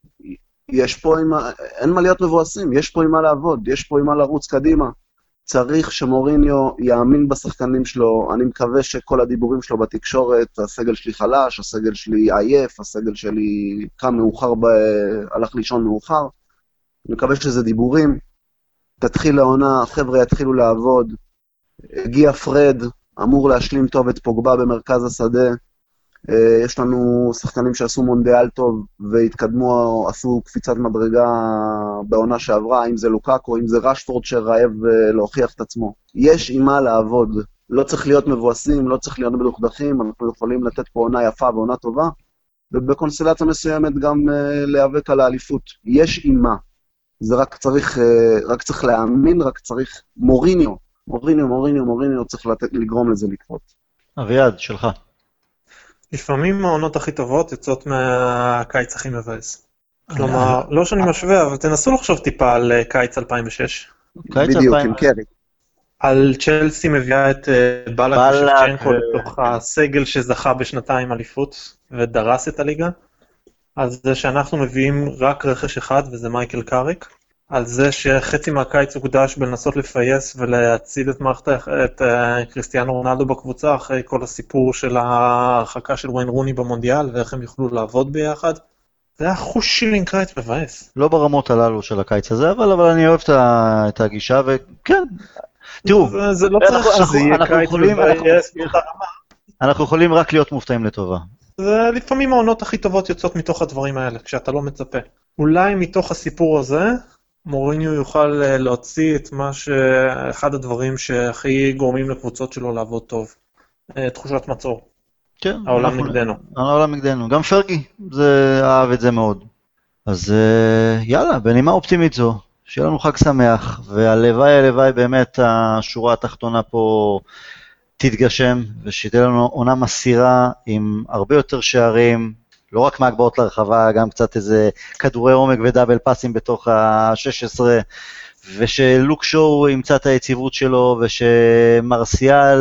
אין מה להיות מבואסים, יש פה עם מה לעבוד, יש פה עם מה לרוץ קדימה, צריך שמוריניו יאמין בשחקנים שלו, אני מקווה שכל הדיבורים שלו בתקשורת, הסגל שלי חלש, הסגל שלי עייף, הסגל שלי קם מאוחר, הלך לישון מאוחר, אני מקווה שזה דיבורים, תתחיל העונה, החבר'ה יתחילו לעבוד, הגיע פרד, אמור להשלים טוב את פוגבה במרכז השדה, יש לנו שחקנים שעשו מונדיאל טוב והתקדמו, עשו קפיצת מדרגה בעונה שעברה, אם זה לוקאקו, אם זה רשפורד שרעב להוכיח את עצמו. יש עם מה לעבוד, לא צריך להיות מבואסים, לא צריך להיות מדוכדכים, אנחנו יכולים לתת פה עונה יפה ועונה טובה, ובקונסטלציה מסוימת גם להיאבק על האליפות. יש עם מה, זה רק צריך להאמין, רק צריך מוריניו צריך לגרום לזה לקרות. אביעד, שלך. לפעמים העונות הכי טובות יוצאות מהקיץ הכי מבאס. כלומר, לא שאני משווה, אבל תנסו לחשוב טיפה על קיץ 2006. בדיוק, עם קרי. על צ'לסי מביאה את בלק ושבצ'נקו לתוך הסגל שזכה בשנתיים אליפות ודרס את הליגה. על זה שאנחנו מביאים רק רכש אחד, וזה מייקל קאריק, על זה שחצי מהקיץ הוקדש בלנסות לפייס ולהציל את קריסטיאנו רונלדו בקבוצה, אחרי כל הסיפור של ההרחקה של וויין רוני במונדיאל, ואיך הם יוכלו לעבוד ביחד. זה היה חוש שילינג קיץ מבאס. לא ברמות הללו של הקיץ הזה, אבל אני אוהב את הגישה, וכן, תראו, זה לא צריך שזה יהיה קיץ מבאס באותה רמה. אנחנו יכולים רק להיות מופתעים לטובה. זה לפעמים העונות הכי טובות יוצאות מתוך הדברים האלה, כשאתה לא מצפה. אולי מתוך הסיפור הזה, מוריניו יוכל להוציא את אחד הדברים שהכי גורמים לקבוצות שלו לעבוד טוב. תחושת מצור. כן. העולם נגדנו. העולם נגדנו. גם פרגי אהב את זה מאוד. אז יאללה, בנימה אופטימית זו, שיהיה לנו חג שמח, והלוואי באמת השורה התחתונה פה תתגשם, ושתהיה לנו עונה מסירה עם הרבה יותר שערים, לא רק מהגבהות לרחבה, גם קצת איזה כדורי עומק ודאבל פאסים בתוך ה-16, ושלוק שואו ימצא את היציבות שלו, ושמרסיאל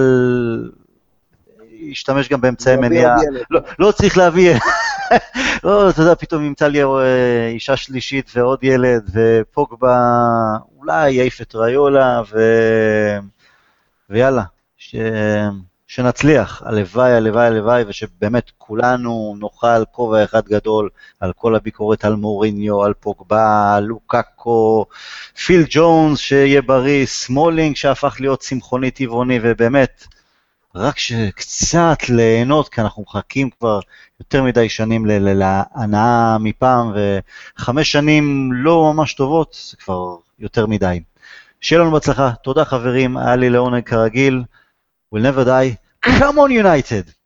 ישתמש גם באמצעי מניעה. לא צריך להביא, לא, אתה יודע, פתאום ימצא לי אישה שלישית ועוד ילד, ופוגבה אולי יעיף את ריולה, ויאללה. שנצליח, הלוואי, ושבאמת כולנו נאכל כובע אחד גדול על כל הביקורת על מוריניו, על פוגבה, על לוקאקו, פיל ג'ונס שיהיה בריא, סמולינג שהפך להיות צמחוני טבעוני, ובאמת רק שקצת ליהנות, כי אנחנו מחכים כבר יותר מדי שנים להנאה מפעם, ו5 שנים לא ממש טובות, זה כבר יותר מדי. שיהיה לנו בהצלחה, תודה חברים, היה לי לעונג כרגיל, we'll never die, come on United!